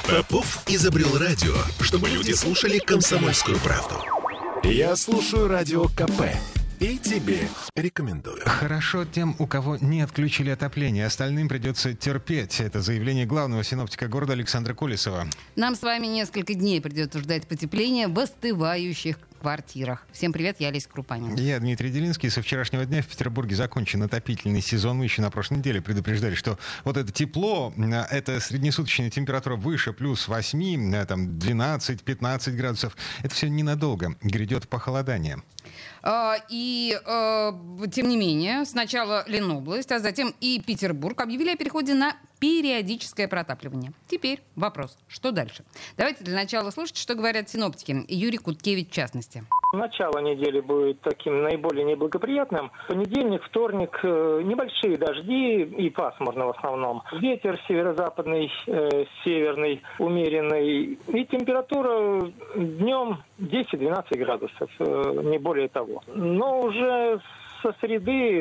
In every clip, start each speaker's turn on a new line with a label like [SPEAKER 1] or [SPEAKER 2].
[SPEAKER 1] Попов изобрел радио, чтобы люди слушали «Комсомольскую правду». Я слушаю Радио КП и тебе рекомендую.
[SPEAKER 2] Хорошо тем, у кого не отключили отопление. Остальным придется терпеть. Это заявление главного синоптика города Александра Колесова.
[SPEAKER 3] Нам с вами несколько дней придется ждать потепления в остывающих квартирах. Всем привет, я Олеся Крупанина.
[SPEAKER 2] Я Дмитрий Делинский. Со вчерашнего дня в Петербурге закончен отопительный сезон. Мы еще на прошлой неделе предупреждали, что вот это тепло, это среднесуточная температура выше плюс 8, там 12-15 градусов. Это все ненадолго. Грядет похолодание.
[SPEAKER 3] Тем не менее, сначала Ленобласть, а затем и Петербург объявили о переходе на периодическое протапливание. Теперь вопрос, что дальше? Давайте для начала слушать, что говорят синоптики. Юрий Куткевич в частности.
[SPEAKER 4] Начало недели будет таким наиболее неблагоприятным. Понедельник, вторник, небольшие дожди и пасмурно в основном. Ветер северо-западный, северный, умеренный. И температура днем 10-12 градусов, не более того. Но уже со среды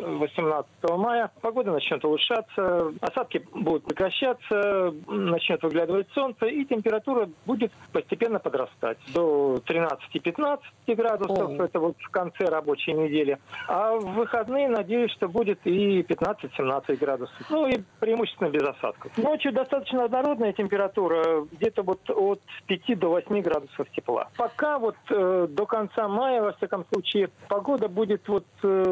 [SPEAKER 4] 18 мая погода начнет улучшаться, осадки будут прекращаться, начнет выглядывать солнце, и температура будет постепенно подрастать до 13-15 градусов. Это вот в конце рабочей недели. А в выходные, надеюсь, что будет и 15-17 градусов. Ну и преимущественно без осадков. Ночью достаточно однородная температура, где-то вот от 5 до 8 градусов тепла. Пока вот до конца мая, во всяком случае, погода будет вот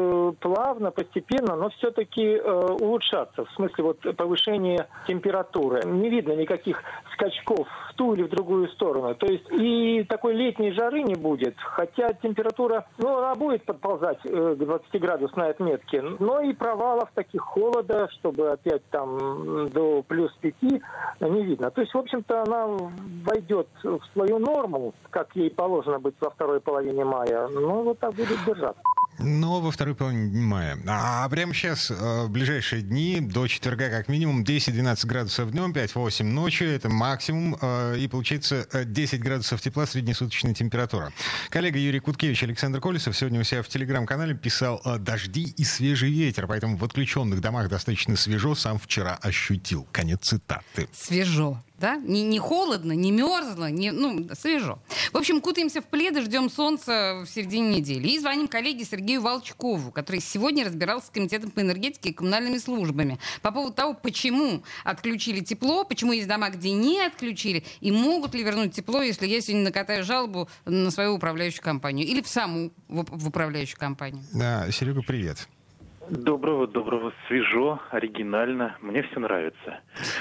[SPEAKER 4] плавно, постепенно, но все-таки улучшаться. В смысле вот повышения температуры. Не видно никаких скачков в ту или в другую сторону. То есть и такой летней жары не будет, хотя температура, она будет подползать к 20-градусной отметке, но и провалов таких холода, чтобы опять там до плюс 5 не видно. То есть, в общем-то, она войдет в свою норму, как ей положено быть во второй половине мая, но вот так будет держаться.
[SPEAKER 2] Но во второй половине мая. А прямо сейчас, в ближайшие дни, до четверга как минимум, 10-12 градусов днем, 5-8 ночью. Это максимум. И получается 10 градусов тепла среднесуточная температура. Коллега Юрий Куткевич, Александр Колесов сегодня у себя в телеграм-канале писал: дожди и свежий ветер. Поэтому в отключенных домах достаточно свежо. Сам вчера ощутил. Конец цитаты.
[SPEAKER 3] Свежо. Да? Не холодно, не мерзло, свежо. В общем, кутаемся в пледы, ждем солнца в середине недели. И звоним коллеге Сергею Волчкову, который сегодня разбирался с Комитетом по энергетике и коммунальными службами по поводу того, почему отключили тепло, почему есть дома, где не отключили, и могут ли вернуть тепло, если я сегодня накатаю жалобу на свою управляющую компанию или в саму в управляющую компанию.
[SPEAKER 2] Да, Серега, привет.
[SPEAKER 5] Доброго, свежо, оригинально, мне все нравится.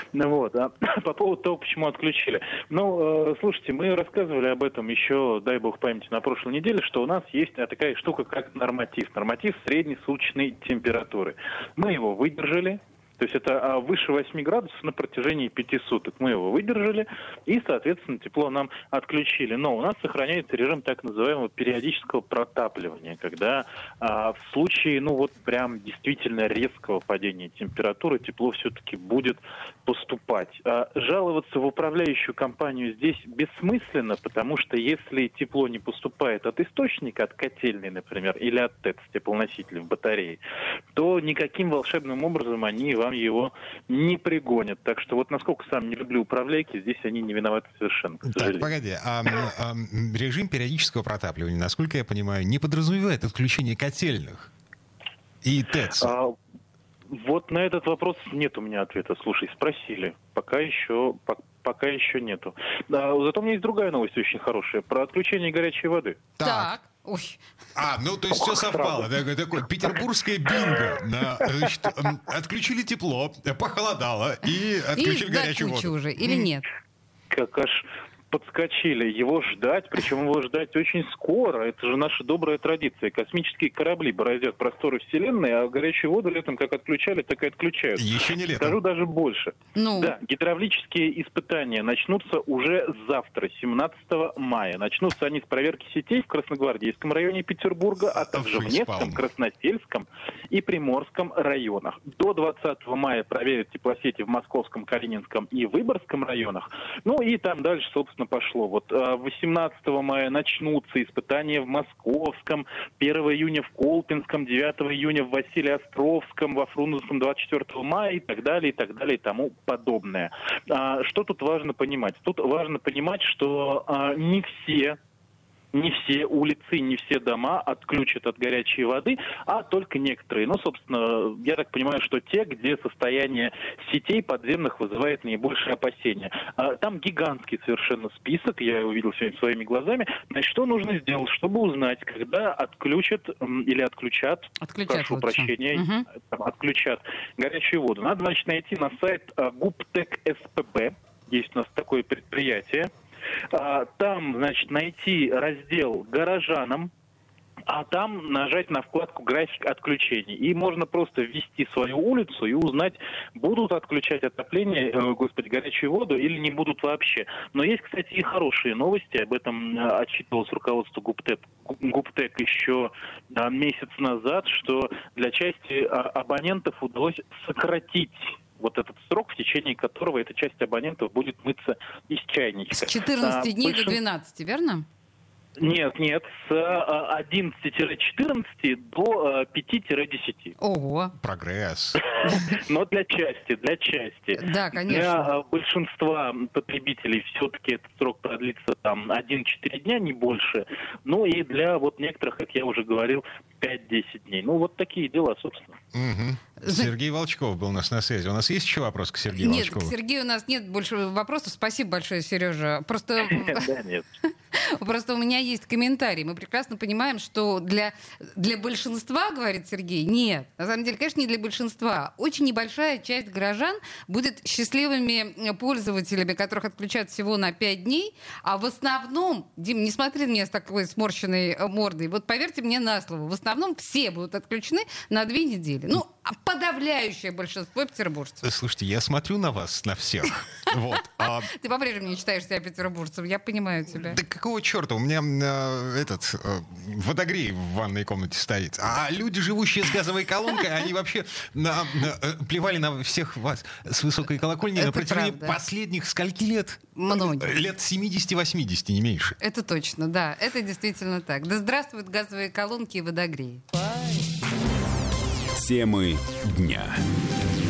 [SPEAKER 5] А по поводу того, почему отключили. Слушайте, мы рассказывали об этом еще, дай бог памяти, на прошлой неделе, что у нас есть такая штука, как норматив. Норматив среднесуточной температуры. Мы его выдержали. То есть это выше 8 градусов на протяжении 5 суток. Мы его выдержали, и, соответственно, тепло нам отключили. Но у нас сохраняется режим так называемого периодического протапливания, когда в случае, прям действительно резкого падения температуры тепло все-таки будет поступать. Жаловаться в управляющую компанию здесь бессмысленно, потому что если тепло не поступает от источника, от котельной, например, или от ТЭЦ, теплоносителей в батарее, то никаким волшебным образом они вам его не пригонят. Так что насколько сам не люблю управляйки, здесь они не виноваты совершенно, к сожалению.
[SPEAKER 2] Так, погоди. Режим периодического протапливания, насколько я понимаю, не подразумевает отключение котельных и ТЭЦ?
[SPEAKER 5] На этот вопрос нет у меня ответа. Слушай, спросили. Пока еще нету. Зато у меня есть другая новость очень хорошая. Про отключение горячей воды.
[SPEAKER 3] Так. Ой.
[SPEAKER 2] То есть все совпало. Такое петербургское бинго. Значит, отключили тепло, похолодало и отключили горячую воду.
[SPEAKER 3] Уже, или нет?
[SPEAKER 5] Как аж подскочили. Его ждать, причем его ждать очень скоро. Это же наша добрая традиция. Космические корабли бороздят просторы Вселенной, а горячую воду летом как отключали, так и отключают.
[SPEAKER 2] Еще не летом.
[SPEAKER 5] Скажу даже больше. Да, гидравлические испытания начнутся уже завтра, 17 мая. Начнутся они с проверки сетей в Красногвардейском районе Петербурга, а также в Невском, Красносельском и Приморском районах. До 20 мая проверят теплосети в Московском, Калининском и Выборгском районах. И там дальше, собственно, собственно, пошло. Вот 18 мая начнутся испытания в Московском, 1 июня в Колпинском, 9 июня в Василиостровском, во Фрунзенском 24 мая и так далее, и тому подобное. Что тут важно понимать? Тут важно понимать, что не все улицы, не все дома отключат от горячей воды, а только некоторые. Ну, собственно, я так понимаю, что те, где состояние сетей подземных вызывает наибольшее опасение. Там гигантский совершенно список, я его видел сегодня своими глазами. Значит, что нужно сделать, чтобы узнать, когда отключат или отключат горячую воду? Надо, значит, найти на сайт ГУПТЭК СПБ, есть у нас такое предприятие. Там, значит, найти раздел «Горожанам», а там нажать на вкладку «График отключений». И можно просто ввести свою улицу и узнать, будут отключать отопление, горячую воду или не будут вообще. Но есть, кстати, и хорошие новости. Об этом отчитывалось руководство ГУПТЭК еще месяц назад, что для части абонентов удалось сократить вот этот срок, в течение которого эта часть абонентов будет мыться из чайника.
[SPEAKER 3] С 14 дней до 12, верно?
[SPEAKER 5] Нет, с 11-14 до 5-10.
[SPEAKER 3] Ого.
[SPEAKER 2] Прогресс.
[SPEAKER 5] Но для части.
[SPEAKER 3] Да, конечно.
[SPEAKER 5] Для большинства потребителей все-таки этот срок продлится там 1-4 дня, не больше. Ну и для вот некоторых, как я уже говорил, 5-10 дней. Ну вот такие дела, собственно.
[SPEAKER 2] Угу. Сергей Волчков был у нас на связи. У нас есть еще вопрос к Сергею Волчкову?
[SPEAKER 3] Нет, к Сергею у нас нет больше вопросов. Спасибо большое, Сережа. Просто у меня есть комментарий. Мы прекрасно понимаем, что для большинства, говорит Сергей, нет. На самом деле, конечно, не для большинства. Очень небольшая часть горожан будет счастливыми пользователями, которых отключат всего на 5 дней. А в основном, Дим, не смотри на меня с такой сморщенной мордой, вот поверьте мне на слово, в основном все будут отключены на 2 недели. Ну, подавляющее большинство петербуржцев.
[SPEAKER 2] Слушайте, я смотрю на вас, на всех.
[SPEAKER 3] Ты по-прежнему не считаешь себя петербуржцем, я понимаю тебя.
[SPEAKER 2] Да какого черта? У меня водогрей в ванной комнате стоит. А люди, живущие с газовой колонкой, они вообще плевали на всех вас с высокой колокольни на протяжении последних скольки лет?
[SPEAKER 3] Многих.
[SPEAKER 2] Лет 70-80, не меньше.
[SPEAKER 3] Это точно, да. Это действительно так. Да здравствуют газовые колонки и водогреи.
[SPEAKER 1] Темы дня.